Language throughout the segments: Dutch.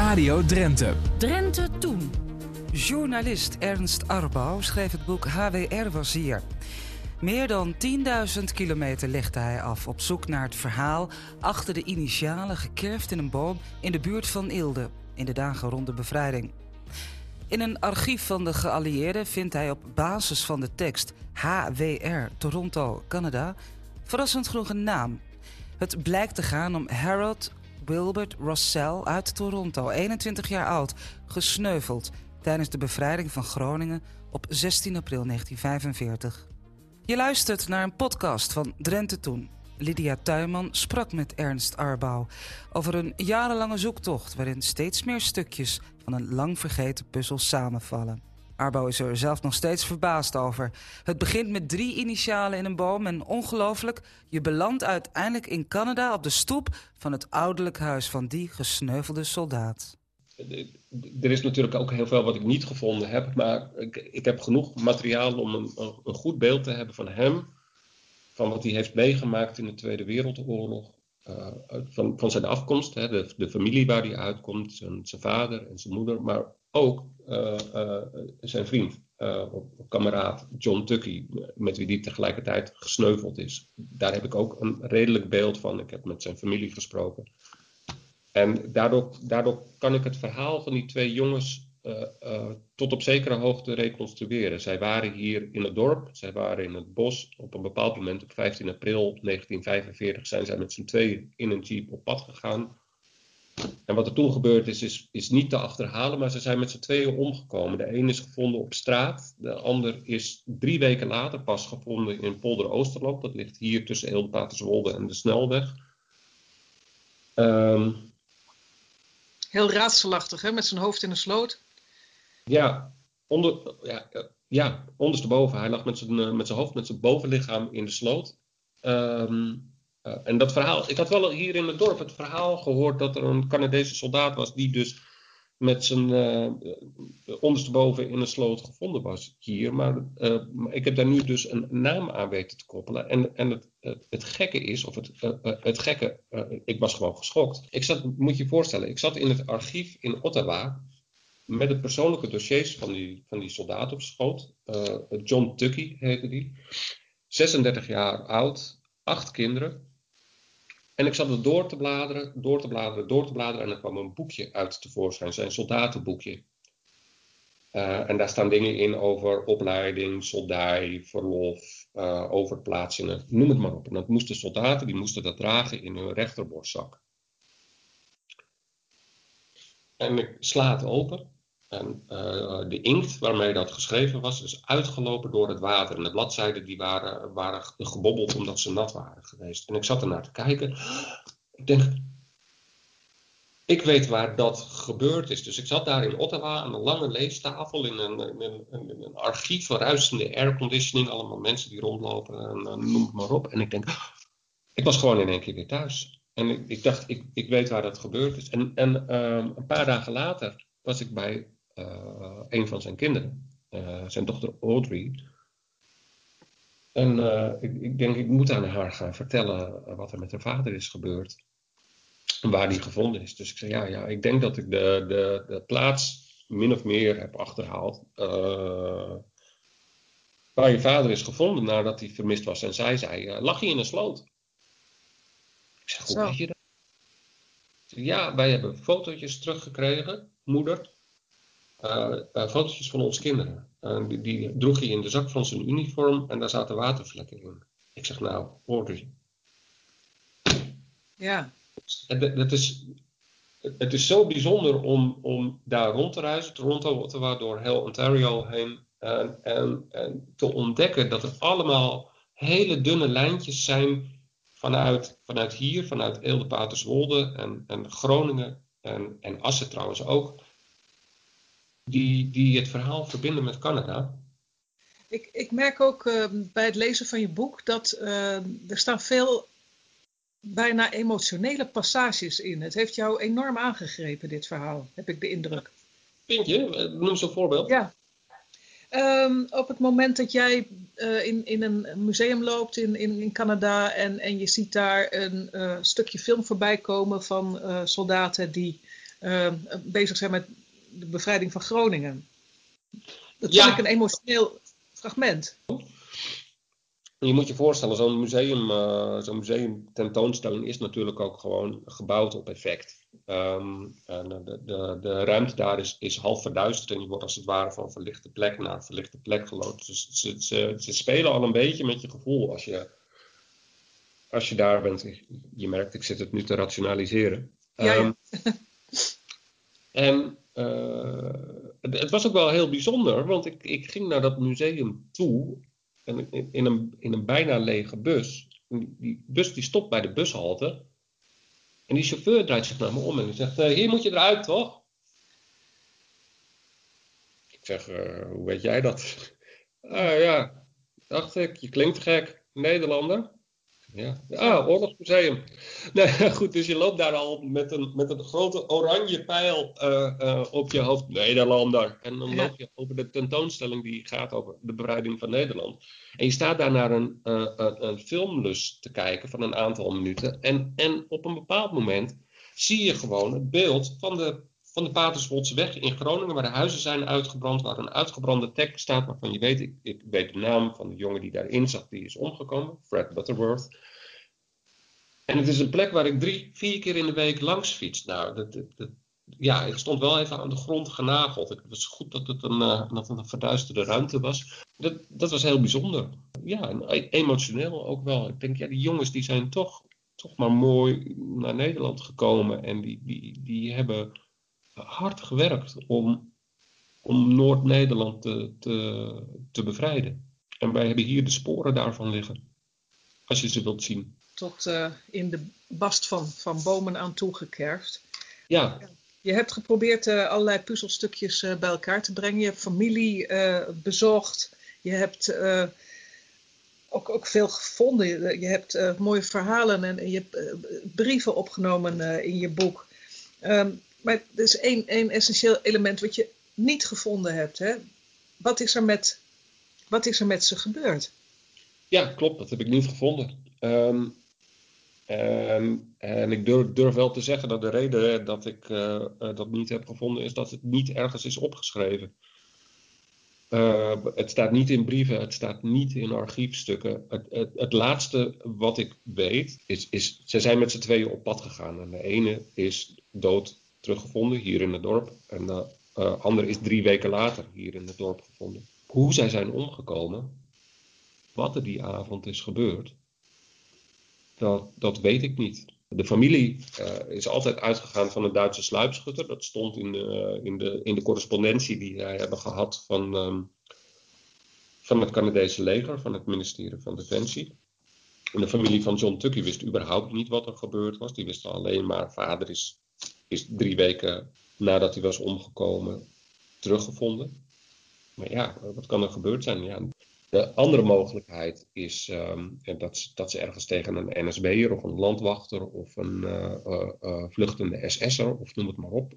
Radio Drenthe. Drenthe Toen. Journalist Ernst Arbouw schreef het boek HWR was hier. Meer dan 10.000 kilometer legde hij af op zoek naar het verhaal achter de initialen gekerfd in een boom in de buurt van Eelde, in de dagen rond de bevrijding. In een archief van de geallieerden vindt hij op basis van de tekst HWR Toronto, Canada, verrassend genoeg een naam. Het blijkt te gaan om Harold Wilbert Rossell uit Toronto, 21 jaar oud, gesneuveld tijdens de bevrijding van Groningen op 16 april 1945. Je luistert naar een podcast van Drenthe Toen. Lydia Tuinman sprak met Ernst Arbouw over een jarenlange zoektocht waarin steeds meer stukjes van een lang vergeten puzzel samenvallen. Arbouw is er zelf nog steeds verbaasd over. Het begint met 3 initialen in een boom en ongelooflijk, je belandt uiteindelijk in Canada op de stoep van het ouderlijk huis van die gesneuvelde soldaat. Er is natuurlijk ook heel veel wat ik niet gevonden heb, maar ik heb genoeg materiaal om een goed beeld te hebben van hem, van wat hij heeft meegemaakt in de Tweede Wereldoorlog, van zijn afkomst, de familie waar hij uitkomt, zijn vader en zijn moeder, maar ook zijn vriend, kameraad John Tuckey, met wie hij tegelijkertijd gesneuveld is. Daar heb ik ook een redelijk beeld van. Ik heb met zijn familie gesproken. En daardoor kan ik het verhaal van die 2 jongens tot op zekere hoogte reconstrueren. Zij waren hier in het dorp, zij waren in het bos. Op een bepaald moment, op 15 april 1945, zijn zij met z'n 2 in een jeep op pad gegaan. En wat er toen gebeurd is niet te achterhalen, maar ze zijn met z'n 2 omgekomen. De een is gevonden op straat, de ander is 3 weken later pas gevonden in Polder Oosterloop. Dat ligt hier tussen Eelde-Paterswolde en de Snelweg. Heel raadselachtig, hè? Met zijn hoofd in een sloot. Ja, ondersteboven. Hij lag met zijn hoofd, met zijn bovenlichaam in de sloot. En dat verhaal, ik had wel hier in het dorp het verhaal gehoord dat er een Canadese soldaat was die dus met zijn ondersteboven in een sloot gevonden was hier. Maar ik heb daar nu dus een naam aan weten te koppelen. En het gekke is, ik was gewoon geschokt. Moet je je voorstellen, ik zat in het archief in Ottawa met de persoonlijke dossiers van die soldaat op schoot. John Tuckey heette die. 36 jaar oud, 8 kinderen. En ik zat er door te bladeren en er kwam een boekje uit tevoorschijn, zijn soldatenboekje. En daar staan dingen in over opleiding, soldij, verlof, overplaatsingen, noem het maar op. En dat moesten soldaten, die moesten dat dragen in hun rechterborstzak. En ik sla het open en de inkt waarmee dat geschreven was, is uitgelopen door het water. En de bladzijden die waren gebobbeld omdat ze nat waren geweest. En ik zat ernaar te kijken. Ik denk, ik weet waar dat gebeurd is. Dus ik zat daar in Ottawa aan een lange leestafel in een archief van ruisende airconditioning. Allemaal mensen die rondlopen en noem het maar op. En ik denk, ik was gewoon in één keer weer thuis. En ik dacht, ik weet waar dat gebeurd is. En een paar dagen later was ik bij een van zijn kinderen, zijn dochter Audrey. En ik denk, ik moet aan haar gaan vertellen wat er met haar vader is gebeurd. En waar die gevonden is. Dus ik zei, ja, ik denk dat ik de plaats min of meer heb achterhaald. Waar je vader is gevonden nadat hij vermist was. En zij zei, lag hij in een sloot? Ik zeg, hoe weet je dat? Ja, wij hebben fotootjes teruggekregen, moeder. Fotootjes van onze kinderen. Die droeg hij in de zak van zijn uniform en daar zaten watervlekken in. Ik zeg, nou, Audrey. Ja. Het is zo bijzonder om daar rond te reizen, Toronto, Ottawa, door heel Ontario heen. En te ontdekken dat er allemaal hele dunne lijntjes zijn vanuit hier, vanuit Eelde-Paterswolde en Groningen en Assen trouwens ook. Die het verhaal verbinden met Canada. Ik merk ook bij het lezen van je boek dat er staan veel bijna emotionele passages in. Het heeft jou enorm aangegrepen, dit verhaal, heb ik de indruk. Vind je? Noem eens een voorbeeld. Ja. Op het moment dat jij in een museum loopt in Canada en je ziet daar een stukje film voorbij komen van soldaten die bezig zijn met de bevrijding van Groningen. Dat Ja. vond ik een emotioneel fragment. Je moet je voorstellen, zo'n museum tentoonstelling is natuurlijk ook gewoon gebouwd op effect. En de ruimte daar is half verduisterd en je wordt als het ware van verlichte plek naar verlichte plek geloodst. Dus ze spelen al een beetje met je gevoel als je daar bent. Je merkt, ik zit het nu te rationaliseren. Ja. En het was ook wel heel bijzonder, want ik ging naar dat museum toe en in een bijna lege bus. Die bus die stopt bij de bushalte. En die chauffeur draait zich naar me om en die zegt, hier moet je eruit, toch? Ik zeg, hoe weet jij dat? Ja, dacht ik, je klinkt gek. Nederlander? Ja, oorlogsmuseum. Nee, goed, dus je loopt daar al met een grote oranje pijl op je hoofd. Nederlander. En dan loop je over de tentoonstelling die gaat over de bevrijding van Nederland. En je staat daar naar een filmlus te kijken van een aantal minuten. En op een bepaald moment zie je gewoon het beeld van de Paterswoldseweg in Groningen, waar de huizen zijn uitgebrand, waar een uitgebrande tekst staat, waarvan je weet, ik weet de naam van de jongen die daarin zat, die is omgekomen, Fred Butterworth. En het is een plek waar ik 3-4 keer in de week langs fiets. Nou, ik stond wel even aan de grond genageld. Het was goed dat het een verduisterde ruimte was. Dat was heel bijzonder. Ja, en emotioneel ook wel. Ik denk, die jongens die zijn toch maar mooi naar Nederland gekomen en die hebben hard gewerkt om Noord-Nederland te bevrijden. En wij hebben hier de sporen daarvan liggen. Als je ze wilt zien. Tot in de bast van bomen aan toegekerfd. Ja. Je hebt geprobeerd allerlei puzzelstukjes bij elkaar te brengen. Je hebt familie bezocht. Je hebt ook veel gevonden. Je hebt mooie verhalen en je hebt brieven opgenomen in je boek. Maar er is één essentieel element wat je niet gevonden hebt. Hè? Wat is er met ze gebeurd? Ja, klopt. Dat heb ik niet gevonden. En ik durf wel te zeggen dat de reden dat ik dat niet heb gevonden is dat het niet ergens is opgeschreven. Het staat niet in brieven, het staat niet in archiefstukken. Het laatste wat ik weet is ze zijn met z'n tweeën op pad gegaan. En de ene is dood teruggevonden hier in het dorp. En de andere is 3 weken later hier in het dorp gevonden. Hoe zij zijn omgekomen, wat er die avond is gebeurd, dat weet ik niet. De familie is altijd uitgegaan van een Duitse sluipschutter. Dat stond in de correspondentie die zij hebben gehad van het Canadese leger, van het ministerie van Defensie. En de familie van John Tucky wist überhaupt niet wat er gebeurd was. Die wisten alleen maar, vader is 3 weken nadat hij was omgekomen teruggevonden. Maar ja, wat kan er gebeurd zijn? Ja. De andere mogelijkheid is dat ze ergens tegen een NSB'er of een landwachter of een vluchtende SS'er, of noem het maar op,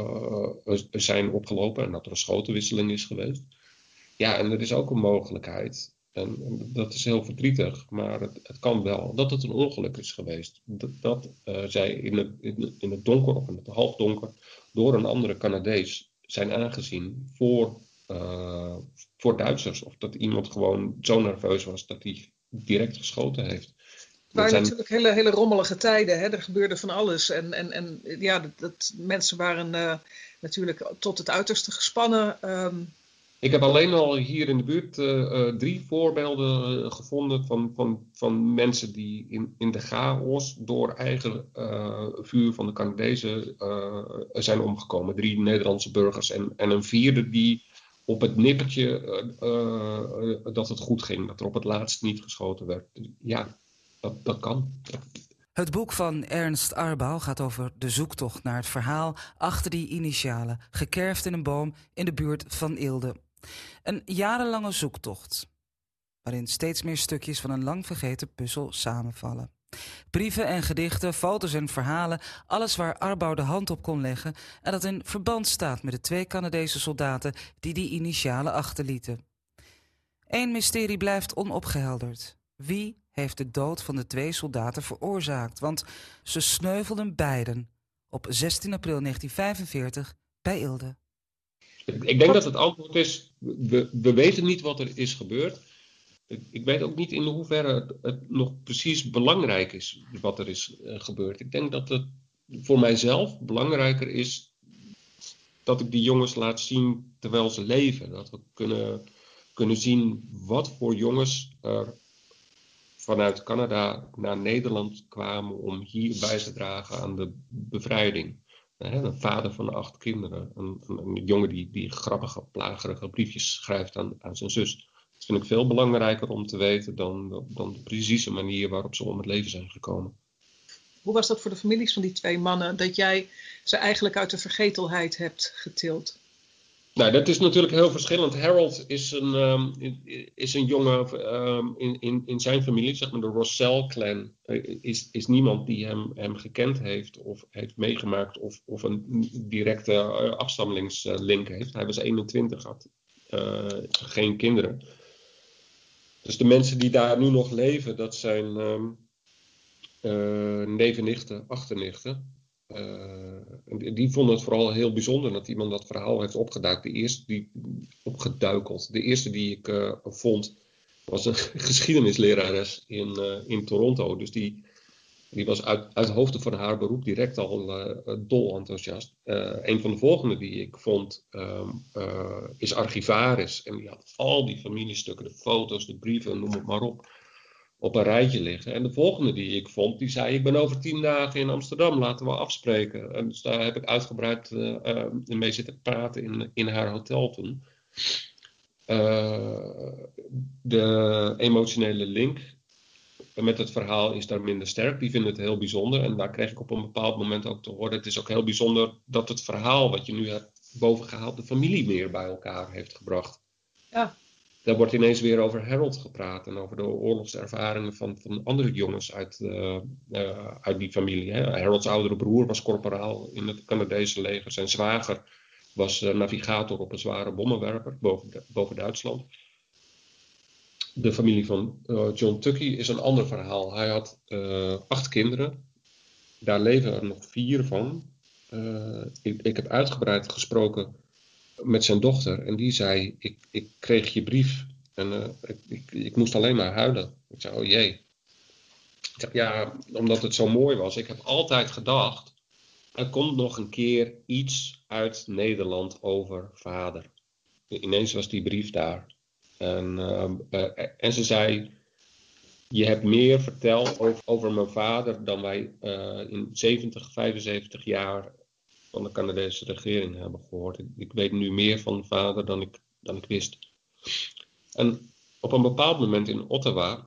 zijn opgelopen en dat er een schotenwisseling is geweest. Ja, en er is ook een mogelijkheid, en dat is heel verdrietig, maar het kan wel, dat het een ongeluk is geweest. Dat zij in het donker of in het halfdonker door een andere Canadees zijn aangezien voor Duitsers. Of dat iemand gewoon zo nerveus was dat hij direct geschoten heeft. Het waren natuurlijk hele rommelige tijden. Hè? Er gebeurde van alles. En mensen waren natuurlijk tot het uiterste gespannen. Ik heb alleen al hier in de buurt 3 voorbeelden gevonden van mensen die in de chaos door eigen vuur van de Canadezen zijn omgekomen. 3 Nederlandse burgers en een 4e die op het nippertje dat het goed ging. Dat er op het laatst niet geschoten werd. Ja, dat kan. Het boek van Ernst Arbouw gaat over de zoektocht naar het verhaal achter die initialen, gekerfd in een boom in de buurt van Eelde. Een jarenlange zoektocht, waarin steeds meer stukjes van een lang vergeten puzzel samenvallen. Brieven en gedichten, foto's en verhalen, alles waar Arbouw de hand op kon leggen en dat in verband staat met de 2 Canadese soldaten die initialen achterlieten. Eén mysterie blijft onopgehelderd. Wie heeft de dood van de 2 soldaten veroorzaakt? Want ze sneuvelden beiden op 16 april 1945 bij Eelde. Ik denk dat het antwoord is, we weten niet wat er is gebeurd. Ik weet ook niet in hoeverre het nog precies belangrijk is wat er is gebeurd. Ik denk dat het voor mijzelf belangrijker is dat ik die jongens laat zien terwijl ze leven. Dat we kunnen zien wat voor jongens er vanuit Canada naar Nederland kwamen om hier bij te dragen aan de bevrijding. Een vader van 8 kinderen. Een jongen die grappige, plagerige briefjes schrijft aan zijn zus. Dat vind ik veel belangrijker om te weten dan de precieze manier waarop ze om het leven zijn gekomen. Hoe was dat voor de families van die 2 mannen, dat jij ze eigenlijk uit de vergetelheid hebt getild? Nou, dat is natuurlijk heel verschillend. Harold is een jongen in zijn familie, zeg maar de Rossell-clan, is niemand die hem gekend heeft of heeft meegemaakt of een directe afstammelingslink heeft. Hij was 21, had geen kinderen. Dus de mensen die daar nu nog leven, dat zijn neven, nichten, achternichten. Die vonden het vooral heel bijzonder dat iemand dat verhaal heeft opgeduikt. De eerste die ik vond was een geschiedenislerares in Toronto. Dus die was uit hoofde van haar beroep direct al dol enthousiast. Een van de volgende die ik vond is archivaris. En die had al die familiestukken, de foto's, de brieven, noem het maar op een rijtje liggen. En de volgende die ik vond, die zei, ik ben over 10 dagen in Amsterdam, laten we afspreken. En dus daar heb ik uitgebreid mee zitten praten in haar hotel toen. De emotionele link met het verhaal is daar minder sterk. Die vinden het heel bijzonder. En daar kreeg ik op een bepaald moment ook te horen, het is ook heel bijzonder dat het verhaal wat je nu hebt bovengehaald, de familie meer bij elkaar heeft gebracht. Ja. Daar wordt ineens weer over Harold gepraat en over de oorlogservaringen van andere jongens uit die familie. Hè. Harolds oudere broer was korporaal in het Canadese leger. Zijn zwager was navigator op een zware bommenwerper boven Duitsland. De familie van John Tukey is een ander verhaal. Hij had 8 kinderen. Daar leven er nog 4 van. Ik heb uitgebreid gesproken met zijn dochter. En die zei, ik kreeg je brief. En ik moest alleen maar huilen. Ik zei, oh jee. Ik zeg, ja, omdat het zo mooi was. Ik heb altijd gedacht, er komt nog een keer iets uit Nederland over vader. Ineens was die brief daar. En ze zei, je hebt meer verteld over mijn vader dan wij in 75 jaar van de Canadese regering hebben gehoord. Ik weet nu meer van vader dan ik wist. En op een bepaald moment in Ottawa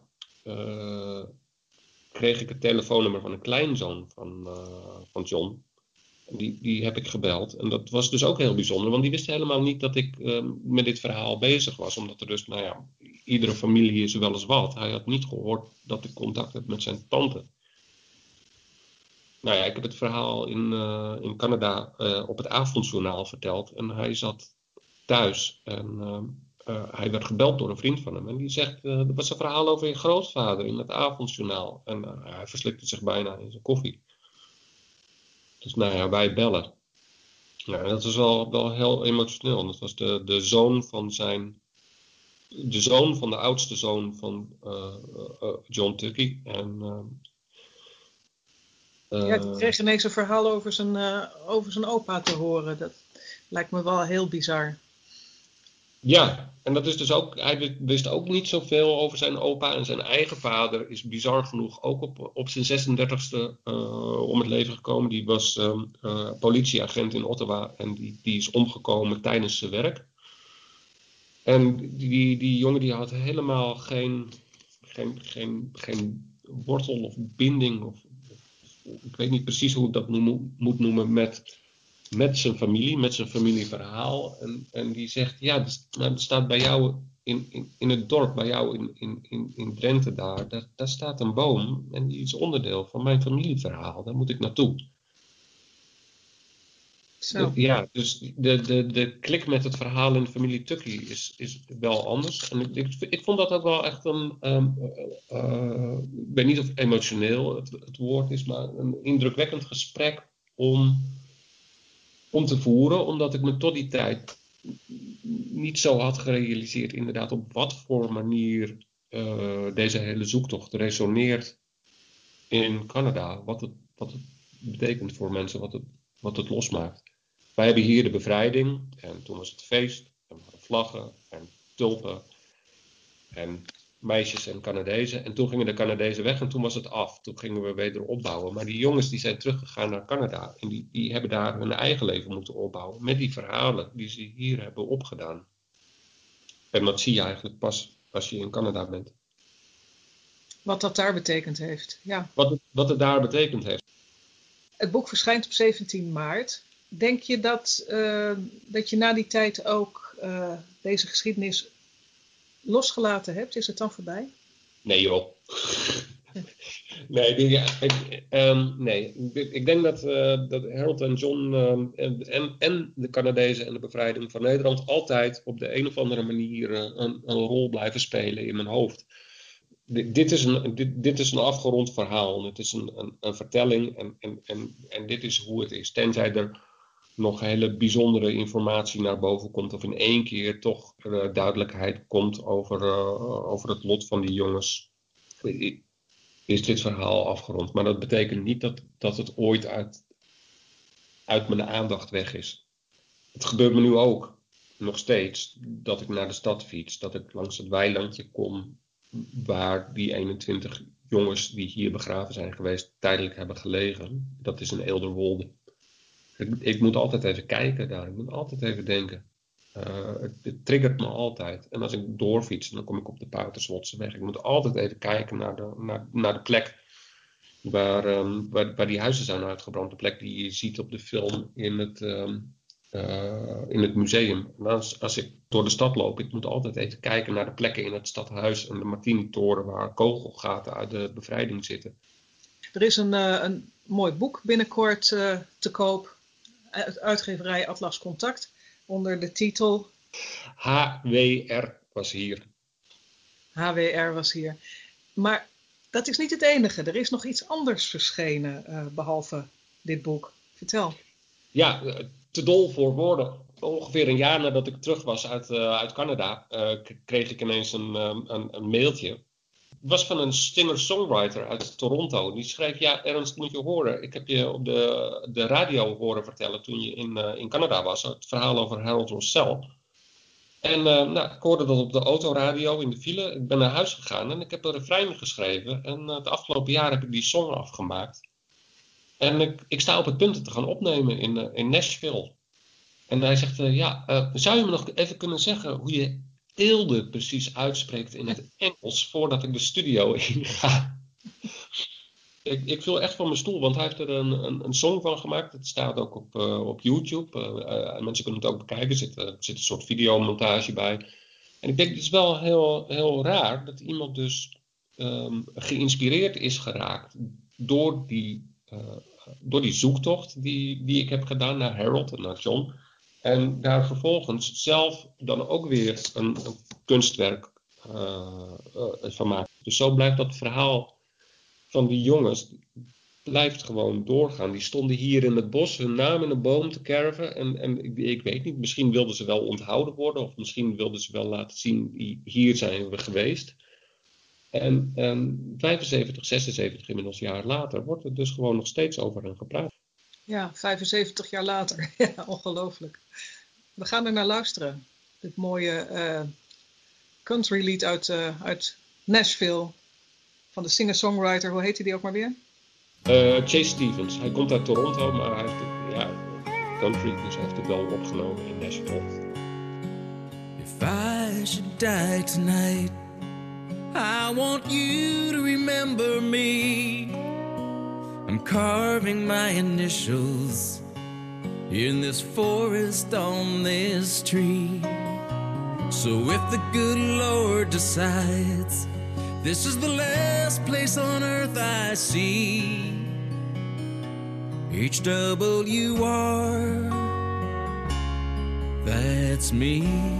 kreeg ik het telefoonnummer van een kleinzoon van John. Die heb ik gebeld. En dat was dus ook heel bijzonder, want die wist helemaal niet dat ik met dit verhaal bezig was. Omdat er dus, iedere familie is wel eens wat. Hij had niet gehoord dat ik contact heb met zijn tante. Nou ja, ik heb het verhaal in Canada op het avondjournaal verteld. En hij zat thuis en hij werd gebeld door een vriend van hem. En die zegt, er was een verhaal over je grootvader in het avondjournaal. En hij verslikte zich bijna in zijn koffie. Dus wij bellen. Ja, dat was wel heel emotioneel. Dat was de zoon van de oudste zoon van John Tukey. En die kreeg ineens een verhaal over zijn opa te horen. Dat lijkt me wel heel bizar. Ja, en dat is dus ook, hij wist ook niet zoveel over zijn opa. En zijn eigen vader is bizar genoeg ook op zijn 36e om het leven gekomen. Die was politieagent in Ottawa en die is omgekomen tijdens zijn werk. En die jongen die had helemaal geen wortel of binding. Of ik weet niet precies hoe ik dat moet noemen met zijn familie, met zijn familieverhaal. En die zegt, ja, er staat bij jou in het dorp, bij jou in Drenthe daar staat een boom. En die is onderdeel van mijn familieverhaal. Daar moet ik naartoe. Zo. Ja, dus de klik met het verhaal in de familie Tukey is wel anders. En ik vond dat ook wel echt ik weet niet of emotioneel het woord is, maar een indrukwekkend gesprek om te voeren, omdat ik me tot die tijd niet zo had gerealiseerd inderdaad op wat voor manier deze hele zoektocht resoneert in Canada. Wat het betekent voor mensen, wat het losmaakt. Wij hebben hier de bevrijding en toen was het feest en we hadden vlaggen en tulpen en meisjes en Canadezen. En toen gingen de Canadezen weg en toen was het af. Toen gingen we weer opbouwen. Maar die jongens die zijn teruggegaan naar Canada. En die hebben daar hun eigen leven moeten opbouwen. Met die verhalen die ze hier hebben opgedaan. En dat zie je eigenlijk pas als je in Canada bent. Wat dat daar betekend heeft. Ja. Wat het daar betekend heeft. Het boek verschijnt op 17 maart. Denk je dat je na die tijd ook deze geschiedenis losgelaten hebt? Is het dan voorbij? Nee joh. Nee. Ik denk dat Harold en John en de Canadezen en de bevrijding van Nederland altijd op de een of andere manier een rol blijven spelen in mijn hoofd. Dit is een afgerond verhaal. Het is een vertelling en dit is hoe het is. Tenzij er nog hele bijzondere informatie naar boven komt of in één keer toch duidelijkheid komt over het lot van die jongens, is dit verhaal afgerond. Maar dat betekent niet dat het ooit uit mijn aandacht weg is. Het gebeurt me nu ook, nog steeds, dat ik naar de stad fiets, dat ik langs het weilandje kom waar die 21 jongens die hier begraven zijn geweest tijdelijk hebben gelegen. Dat is in Eelderwolde. Ik moet altijd even kijken daar. Ik moet altijd even denken. Het triggert me altijd. En als ik doorfiets, dan kom ik op de Pouterswotseweg. Ik moet altijd even kijken naar de plek waar die huizen zijn uitgebrand. De plek die je ziet op de film in het museum. En als ik door de stad loop, ik moet altijd even kijken naar de plekken in het stadhuis en de Martini-toren waar kogelgaten uit de bevrijding zitten. Er is een mooi boek binnenkort te koop. Uitgeverij Atlas Contact. Onder de titel HWR was hier. HWR was hier. Maar dat is niet het enige. Er is nog iets anders verschenen behalve dit boek. Vertel. Ja, te dol voor woorden. Ongeveer een jaar nadat ik terug was uit Canada, kreeg ik ineens een mailtje. Het was van een singer-songwriter uit Toronto. Die schreef, ja Ernst, moet je horen. Ik heb je op de radio horen vertellen toen je in Canada was. Het verhaal over Harold Roussel. En ik hoorde dat op de autoradio in de file. Ik ben naar huis gegaan en ik heb een refrein geschreven. En het afgelopen jaar heb ik die song afgemaakt. En ik sta op het punt het te gaan opnemen in Nashville. En hij zegt, zou je me nog even kunnen zeggen hoe je Eelde precies uitspreekt in het Engels voordat ik de studio in ga? Ik viel echt van mijn stoel, want hij heeft er een song van gemaakt. Het staat ook op YouTube. Mensen kunnen het ook bekijken. Er zit een soort videomontage bij. En ik denk, het is wel heel, heel raar dat iemand dus geïnspireerd is geraakt door die zoektocht die ik heb gedaan naar Harold en naar John. En daar vervolgens zelf dan ook weer een kunstwerk van maken. Dus zo blijft dat verhaal van die jongens blijft gewoon doorgaan. Die stonden hier in het bos hun naam in een boom te kerven. En ik weet niet, misschien wilden ze wel onthouden worden. Of misschien wilden ze wel laten zien, hier zijn we geweest. En 75, 76 inmiddels jaar later wordt er dus gewoon nog steeds over hen gepraat. Ja, 75 jaar later. Ja, ongelooflijk. We gaan er naar luisteren. Dit mooie countrylied uit Nashville. Van de singer-songwriter, hoe heette die ook maar weer? Chase Stevens. Hij komt uit Toronto, maar hij heeft country, dus hij heeft het wel opgenomen in Nashville. If I should die tonight, I want you to remember me. I'm carving my initials in this forest on this tree. So if the good Lord decides this is the last place on earth I see, HWR, that's me.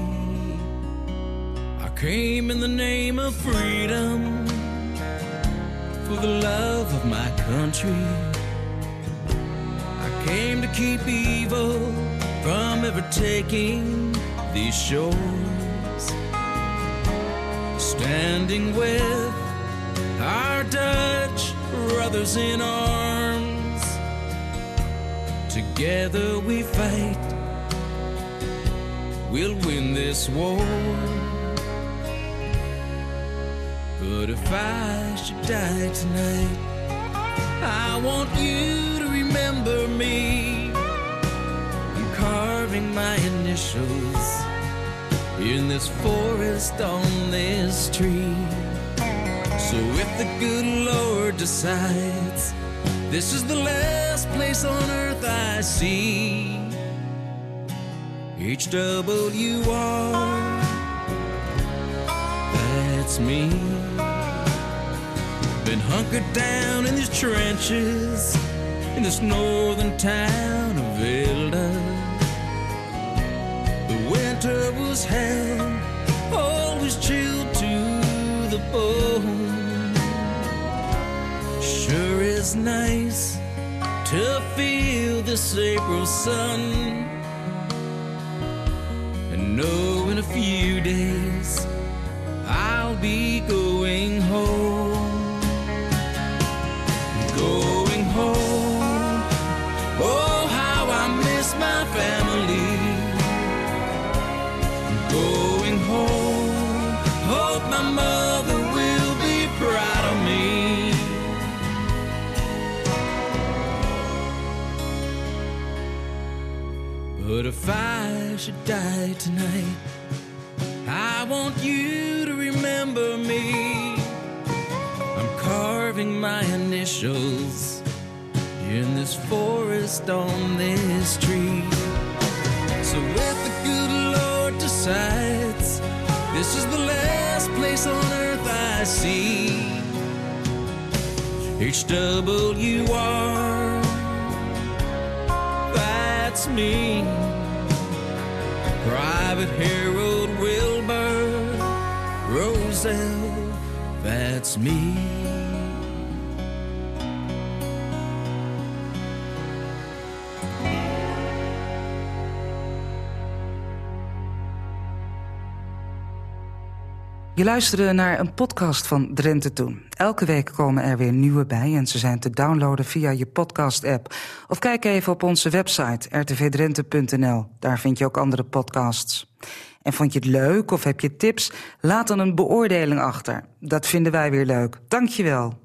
I came in the name of freedom, for the love of my country. I came to keep evil from ever taking these shores. Standing with our Dutch brothers in arms, together we fight, we'll win this war. But if I should die tonight, I want you to remember me. I'm carving my initials in this forest on this tree. So if the good Lord decides this is the last place on earth I see, HWR, that's me. Been hunkered down in these trenches in this northern town of Vilda. The winter was hell, always chilled to the bone. Sure is nice to feel this April sun and know in a few days I'll be going home. Going home. Oh, how I miss my family. Going home. Hope my mother will be proud of me. But if I should die tonight, I want you to remember me. I'm carving my initials in this forest on this tree. So if the good Lord decides this is the last place on earth I see, HWR, that's me. Private Harold Wilbur Roselle, that's me. Je luisterde naar een podcast van Drenthe Toen. Elke week komen er weer nieuwe bij en ze zijn te downloaden via je podcast-app. Of kijk even op onze website rtvdrenthe.nl. Daar vind je ook andere podcasts. En vond je het leuk of heb je tips? Laat dan een beoordeling achter. Dat vinden wij weer leuk. Dank je wel.